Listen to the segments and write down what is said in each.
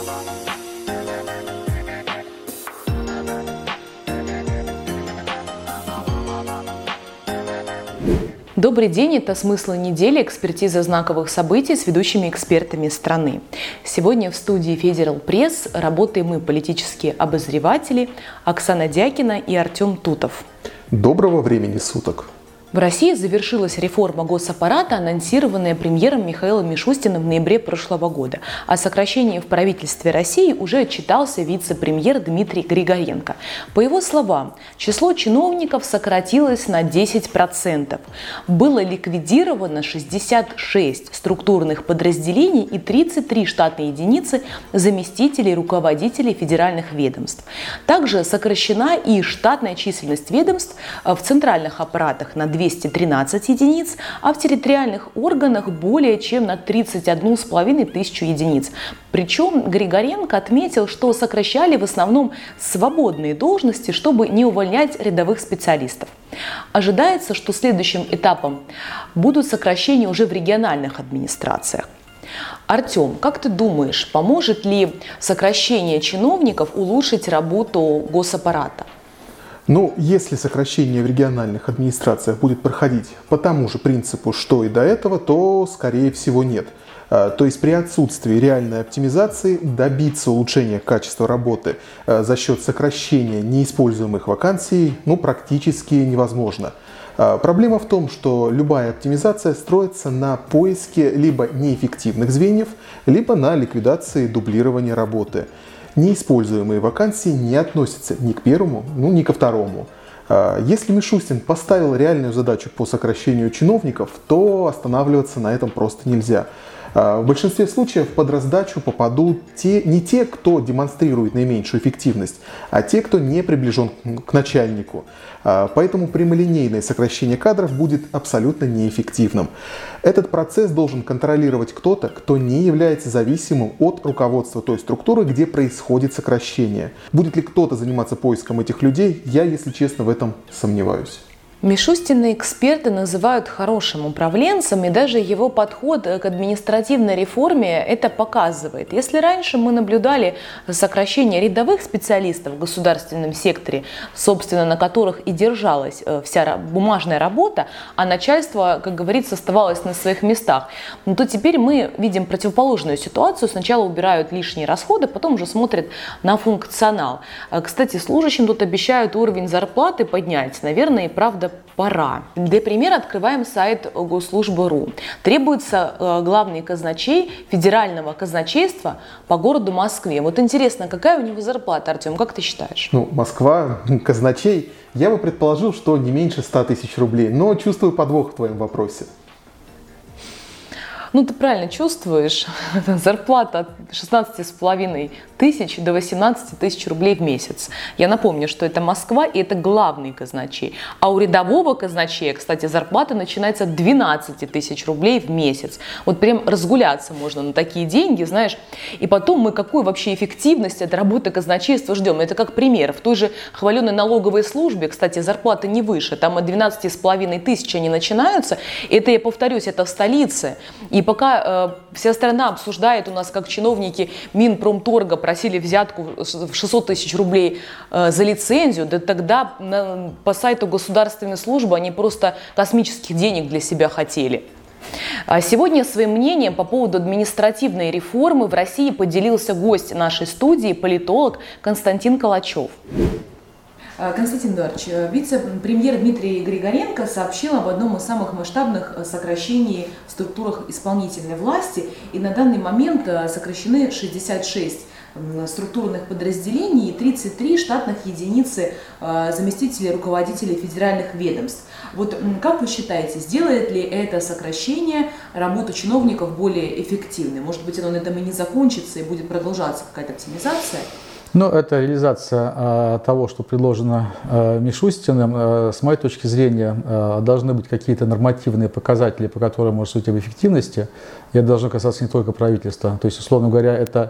Добрый день, это «Смыслы недели», экспертиза знаковых событий с ведущими экспертами страны. Сегодня в студии Федерал Пресс работаем мы, политические обозреватели, Оксана Дякина и Артем Тутов. Доброго времени суток! В России завершилась реформа госаппарата, анонсированная премьером Михаилом Мишустиным в ноябре прошлого года. О сокращении в правительстве России уже отчитался вице-премьер Дмитрий Григоренко. По его словам, число чиновников сократилось на 10%. Было ликвидировано 66 структурных подразделений и 33 штатные единицы заместителей руководителей федеральных ведомств. Также сокращена и штатная численность ведомств в центральных аппаратах на 213 единиц, а в территориальных органах более чем на 31,5 тысячу единиц. Причем Григоренко отметил, что сокращали в основном свободные должности, чтобы не увольнять рядовых специалистов. Ожидается, что следующим этапом будут сокращения уже в региональных администрациях. Артем, как ты думаешь, поможет ли сокращение чиновников улучшить работу госаппарата? Если сокращение в региональных администрациях будет проходить по тому же принципу, что и до этого, то, скорее всего, нет. То есть при отсутствии реальной оптимизации добиться улучшения качества работы за счет сокращения неиспользуемых вакансий практически невозможно. Проблема в том, что любая оптимизация строится на поиске либо неэффективных звеньев, либо на ликвидации дублирования работы. Неиспользуемые вакансии не относятся ни к первому, ни ко второму. Если Мишустин поставил реальную задачу по сокращению чиновников, то останавливаться на этом просто нельзя. В большинстве случаев под раздачу попадут не те, кто демонстрирует наименьшую эффективность, а те, кто не приближен к начальнику. Поэтому прямолинейное сокращение кадров будет абсолютно неэффективным. Этот процесс должен контролировать кто-то, кто не является зависимым от руководства той структуры, где происходит сокращение. Будет ли кто-то заниматься поиском этих людей, я, если честно, в этом сомневаюсь. Мишустина эксперты называют хорошим управленцем, и даже его подход к административной реформе это показывает. Если раньше мы наблюдали сокращение рядовых специалистов в государственном секторе, собственно, на которых и держалась вся бумажная работа, а начальство, как говорится, оставалось на своих местах, то теперь мы видим противоположную ситуацию. Сначала убирают лишние расходы, потом уже смотрят на функционал. Кстати, служащим тут обещают уровень зарплаты поднять. Наверное, и правда пора. Для примера открываем сайт Госслужбы.ру. Требуется главный казначей федерального казначейства по городу Москве. Вот интересно, какая у него зарплата, Артем, как ты считаешь? Москва, казначей, я бы предположил, что не меньше 100 тысяч рублей, но чувствую подвох в твоем вопросе. Ты правильно чувствуешь. Зарплата от 16,5 тысяч до 18 тысяч рублей в месяц. Я напомню, что это Москва и это главный казначей. А у рядового казначея, кстати, зарплата начинается от 12 тысяч рублей в месяц. Вот прям разгуляться можно на такие деньги, знаешь. И потом мы какую вообще эффективность от работы казначейства ждем. Это как пример. В той же хваленой налоговой службе, кстати, зарплаты не выше. Там от 12,5 тысяч они начинаются. Это, я повторюсь, это в столице. И пока вся страна обсуждает у нас, как чиновники Минпромторга просили взятку в 600 тысяч рублей за лицензию, да тогда по сайту государственной службы они просто космических денег для себя хотели. Сегодня своим мнением по поводу административной реформы в России поделился гость нашей студии, политолог Константин Калачев. Константин Эдуардович, вице-премьер Дмитрий Григоренко сообщил об одном из самых масштабных сокращений в структурах исполнительной власти. И на данный момент сокращены 66 структурных подразделений и 33 штатных единицы заместителей руководителей федеральных ведомств. Вот как вы считаете, сделает ли это сокращение работу чиновников более эффективной? Может быть, оно на этом и не закончится и будет продолжаться какая-то оптимизация? Это реализация того, что предложено Мишустиным. С моей точки зрения, должны быть какие-то нормативные показатели, по которым может судить об эффективности. И это должно касаться не только правительства. То есть, условно говоря, это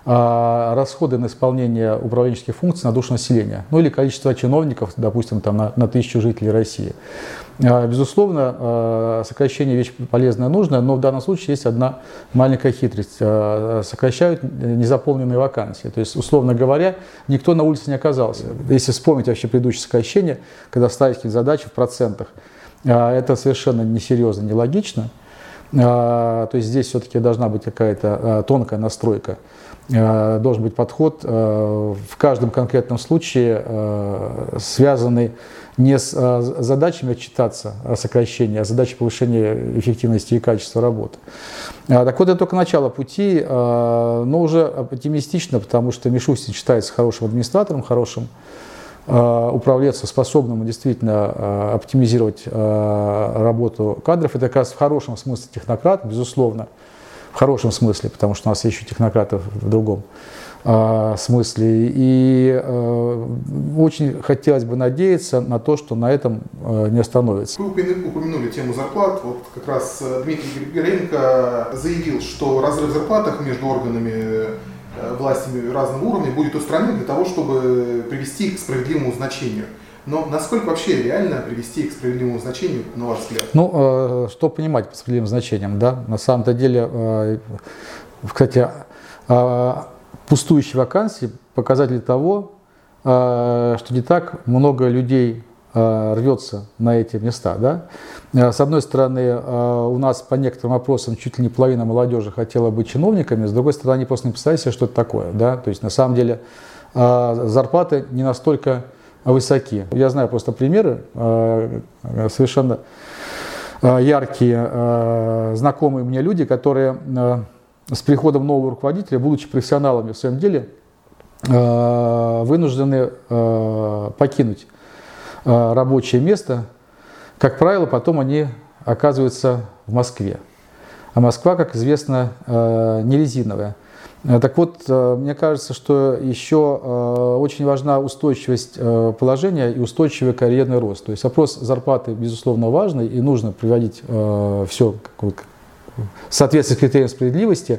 расходы на исполнение управленческих функций на душу населения, ну или количество чиновников, допустим, там, на 1000 жителей России. Безусловно, сокращение вещь полезная, нужная, но в данном случае есть одна маленькая хитрость. Сокращают незаполненные вакансии. То есть, условно говоря, никто на улице не оказался. Если вспомнить вообще предыдущее сокращение, когда ставить какие-то задачи в процентах, это совершенно несерьезно, нелогично. То есть здесь все-таки должна быть какая-то тонкая настройка. Должен быть подход в каждом конкретном случае, связанный не с задачами отчитаться о сокращении, а задачей повышения эффективности и качества работы. Так вот, это только начало пути, но уже оптимистично, потому что Мишустин считается хорошим администратором, хорошим управленцем, способным действительно оптимизировать работу кадров. Это как раз в хорошем смысле технократ, безусловно, в хорошем смысле, потому что у нас есть еще технократов в другом смысле. И очень хотелось бы надеяться на то, что на этом не остановится. Вы упомянули тему зарплат. Вот как раз Дмитрий Григоренко заявил, что разрыв в зарплатах между органами властями разного уровня будет устранен для того, чтобы привести к справедливому значению. Но насколько вообще реально привести к справедливому значению, на ваш взгляд? Ну, что понимать под справедливым значением, да? На самом-то деле, кстати, пустующие вакансии – показатель того, что не так много людей рвется на эти места. Да? С одной стороны, у нас по некоторым вопросам чуть ли не половина молодежи хотела быть чиновниками, с другой стороны, они просто не представляют себе, что это такое. Да? То есть, на самом деле, зарплаты не настолько высоки. Я знаю просто примеры, совершенно яркие, знакомые мне люди, которые с приходом нового руководителя, будучи профессионалами в своем деле, вынуждены покинуть рабочее место. Как правило, потом они оказываются в Москве. А Москва, как известно, не резиновая. Так вот, мне кажется, что еще очень важна устойчивость положения и устойчивый карьерный рост. То есть вопрос зарплаты, безусловно, важный, и нужно приводить все в соответствии с критерием справедливости.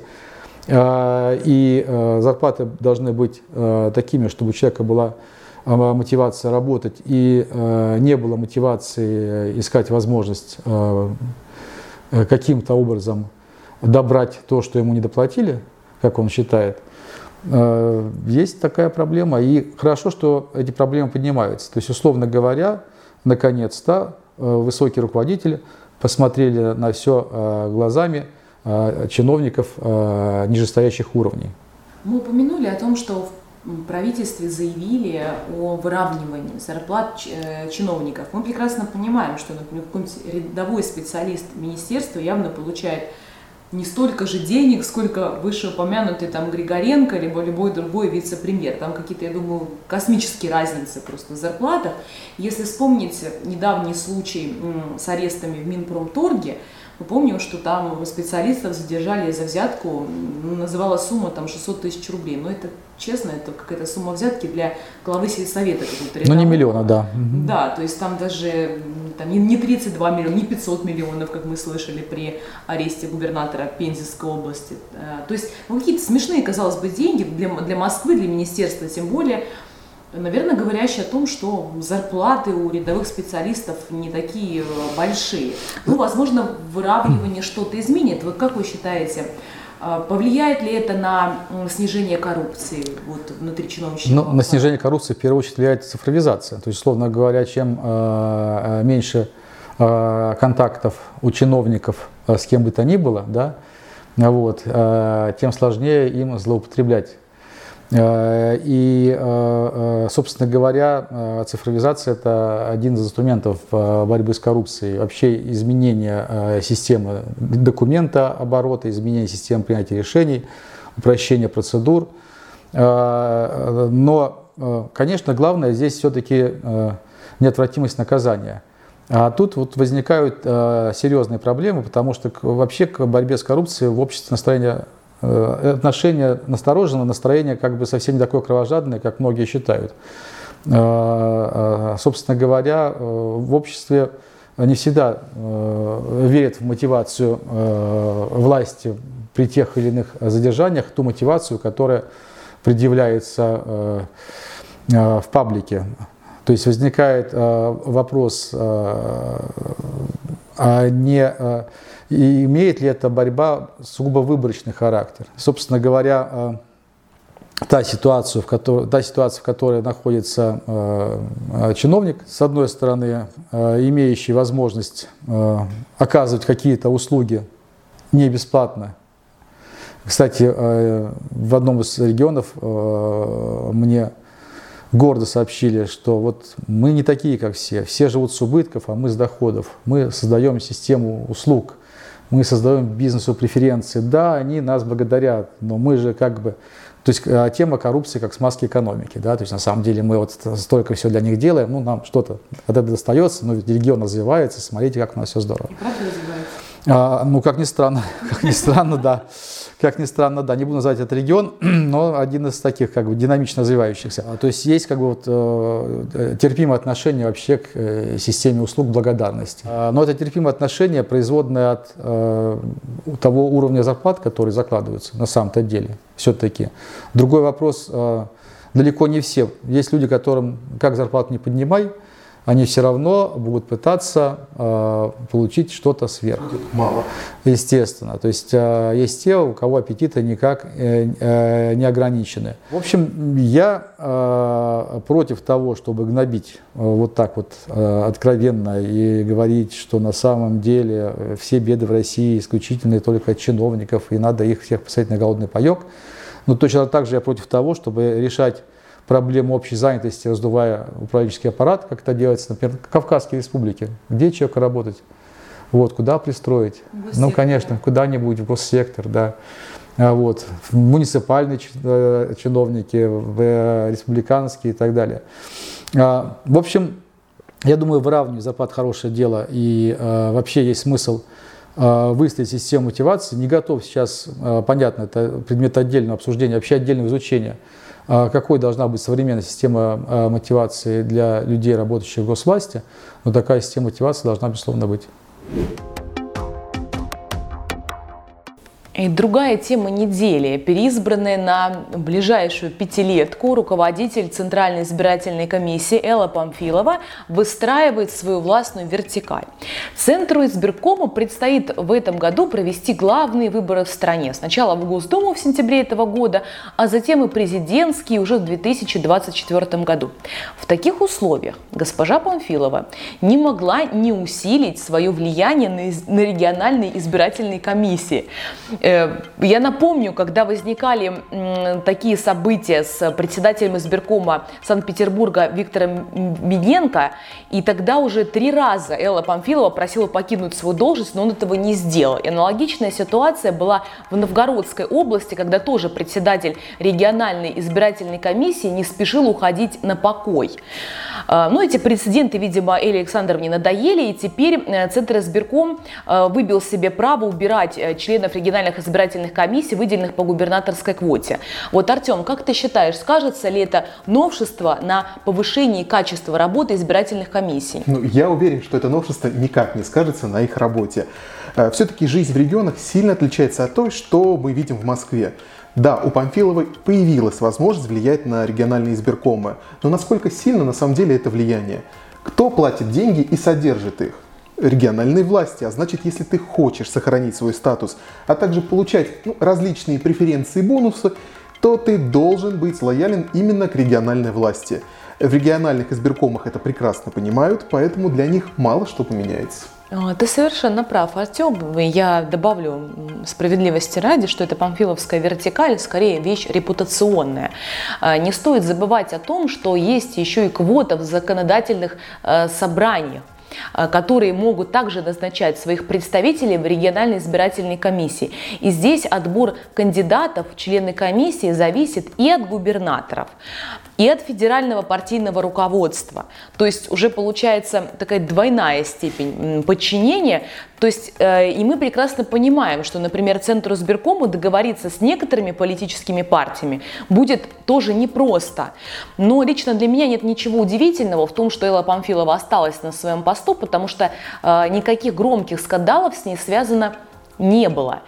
И зарплаты должны быть такими, чтобы у человека была мотивация работать и не было мотивации искать возможность каким-то образом добрать то, что ему не доплатили, как он считает. Есть такая проблема, и хорошо, что эти проблемы поднимаются. То есть, условно говоря, наконец-то высокие руководители посмотрели на все глазами чиновников нижестоящих уровней. Мы упомянули о том, что в правительстве заявили о выравнивании зарплат чиновников. Мы прекрасно понимаем, что, например, какой-нибудь рядовой специалист министерства явно получает не столько же денег, сколько вышеупомянутый там Григоренко, либо любой другой вице-премьер. Там какие-то, я думаю, космические разницы просто в зарплатах. Если вспомнить недавний случай с арестами в Минпромторге, мы помним, что там специалистов задержали за взятку, называлась сумма там 600 тысяч рублей. Но это, честно, это какая-то сумма взятки для главы сельсовета. Ну, не миллиона, да. Да, то есть там даже там, не 32 миллиона, не 500 миллионов, как мы слышали при аресте губернатора Пензенской области. То есть какие-то смешные, казалось бы, деньги для Москвы, для министерства, тем более, наверное, говорящие о том, что зарплаты у рядовых специалистов не такие большие. Ну, возможно, выравнивание что-то изменит. Вот как вы считаете, повлияет ли это на снижение коррупции вот, внутри чиновничьего? На снижение коррупции в первую очередь влияет цифровизация. То есть, условно говоря, чем меньше контактов у чиновников с кем бы то ни было, да, вот, тем сложнее им злоупотреблять. И, собственно говоря, цифровизация – это один из инструментов борьбы с коррупцией. Вообще изменение системы документа оборота, изменение системы принятия решений, упрощение процедур. Но, конечно, главное здесь все-таки неотвратимость наказания. А тут вот возникают серьезные проблемы, потому что вообще к борьбе с коррупцией в обществе отношение настороженное, настроение как бы совсем не такое кровожадное, как многие считают. Собственно говоря, в обществе не всегда верят в мотивацию власти при тех или иных задержаниях ту мотивацию, которая предъявляется в паблике. То есть возникает вопрос, имеет ли эта борьба сугубо выборочный характер. Собственно говоря, та ситуация, в которой находится чиновник, с одной стороны, имеющий возможность оказывать какие-то услуги не бесплатно. Кстати, в одном из регионов мне гордо сообщили, что вот мы не такие, как все живут с убытков, а мы с доходов. Мы создаем систему услуг, мы создаем бизнесу преференции. Да, они нас благодарят, но мы же как бы... То есть тема коррупции как смазки экономики, да, то есть на самом деле мы вот столько все для них делаем, ну нам что-то от этого достается, но ведь регион развивается, смотрите, как у нас все здорово. И правда развивается? Ну как ни странно, да. Как ни странно, да, не буду называть этот регион, но один из таких как бы динамично развивающихся. То есть есть как бы вот терпимое отношение вообще к системе услуг благодарности. Но это терпимое отношение производное от того уровня зарплат, которые закладываются на самом-то деле. Все-таки. Другой вопрос, далеко не все. Есть люди, которым как зарплату не поднимай, они все равно будут пытаться получить что-то сверху. Мало. Естественно. То есть есть те, у кого аппетиты никак не ограничены. В общем, я против того, чтобы гнобить вот так вот откровенно и говорить, что на самом деле все беды в России исключительно только от чиновников, и надо их всех посадить на голодный паек. Но точно так же я против того, чтобы решать проблему общей занятости, раздувая управленческий аппарат, как это делается, например, в Кавказской республике. Где человеку работать? Вот, куда пристроить? Ну, конечно, куда-нибудь в госсектор, да. Вот, в муниципальные чиновники, в республиканские и так далее. В общем, я думаю, выравнивать зарплат хорошее дело, и вообще есть смысл выстроить систему мотивации. Не готов сейчас, понятно, это предмет отдельного обсуждения, вообще отдельного изучения, какой должна быть современная система мотивации для людей, работающих в госвласти, но такая система мотивации должна, безусловно, быть. И другая тема недели. Переизбранная на ближайшую пятилетку руководитель Центральной избирательной комиссии Элла Памфилова выстраивает свою властную вертикаль. Центру избиркома предстоит в этом году провести главные выборы в стране. Сначала в Госдуму в сентябре этого года, а затем и президентские уже в 2024 году. В таких условиях госпожа Памфилова не могла не усилить свое влияние на региональные избирательные комиссии. Я напомню, когда возникали такие события с председателем избиркома Санкт-Петербурга Виктором Миненко, и тогда уже 3 раза Элла Памфилова просила покинуть свою должность, но он этого не сделал. И аналогичная ситуация была в Новгородской области, когда тоже председатель региональной избирательной комиссии не спешил уходить на покой. Но эти прецеденты, видимо, Элле Александровне надоели, и теперь Центр избирком выбил себе право убирать членов региональных избирательных комиссий, выделенных по губернаторской квоте. Вот, Артем, как ты считаешь, скажется ли это новшество на повышении качества работы избирательных комиссий? Я уверен, что это новшество никак не скажется на их работе. Все-таки жизнь в регионах сильно отличается от той, что мы видим в Москве. Да, у Памфиловой появилась возможность влиять на региональные избиркомы, но насколько сильно на самом деле это влияние? Кто платит деньги и содержит их? Региональные власти, а значит, если ты хочешь сохранить свой статус, а также получать различные преференции и бонусы, то ты должен быть лоялен именно к региональной власти. В региональных избиркомах это прекрасно понимают, поэтому для них мало что поменяется. Ты совершенно прав, Артем. Я добавлю справедливости ради, что эта памфиловская вертикаль скорее вещь репутационная. Не стоит забывать о том, что есть еще и квота в законодательных собраниях, которые могут также назначать своих представителей в региональной избирательной комиссии. И здесь отбор кандидатов в члены комиссии зависит и от губернаторов, и от федерального партийного руководства. То есть уже получается такая двойная степень подчинения. То есть и мы прекрасно понимаем, что, например, Центру избиркома договориться с некоторыми политическими партиями будет тоже непросто. Но лично для меня нет ничего удивительного в том, что Элла Памфилова осталась на своем посту, потому что никаких громких скандалов с ней связано не было.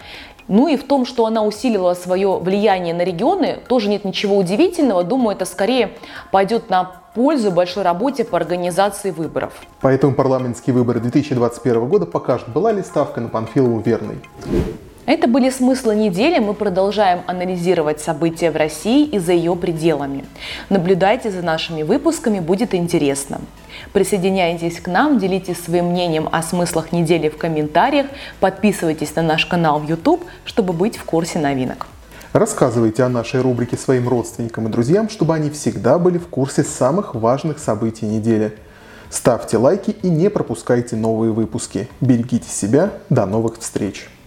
Ну и в том, что она усилила свое влияние на регионы, тоже нет ничего удивительного. Думаю, это скорее пойдет на пользу большой работе по организации выборов. Поэтому парламентские выборы 2021 года покажут, была ли ставка на Панфилову верной. Это были смыслы недели. Мы продолжаем анализировать события в России и за ее пределами. Наблюдайте за нашими выпусками, будет интересно. Присоединяйтесь к нам, делитесь своим мнением о смыслах недели в комментариях, подписывайтесь на наш канал в YouTube, чтобы быть в курсе новинок. Рассказывайте о нашей рубрике своим родственникам и друзьям, чтобы они всегда были в курсе самых важных событий недели. Ставьте лайки и не пропускайте новые выпуски. Берегите себя. До новых встреч!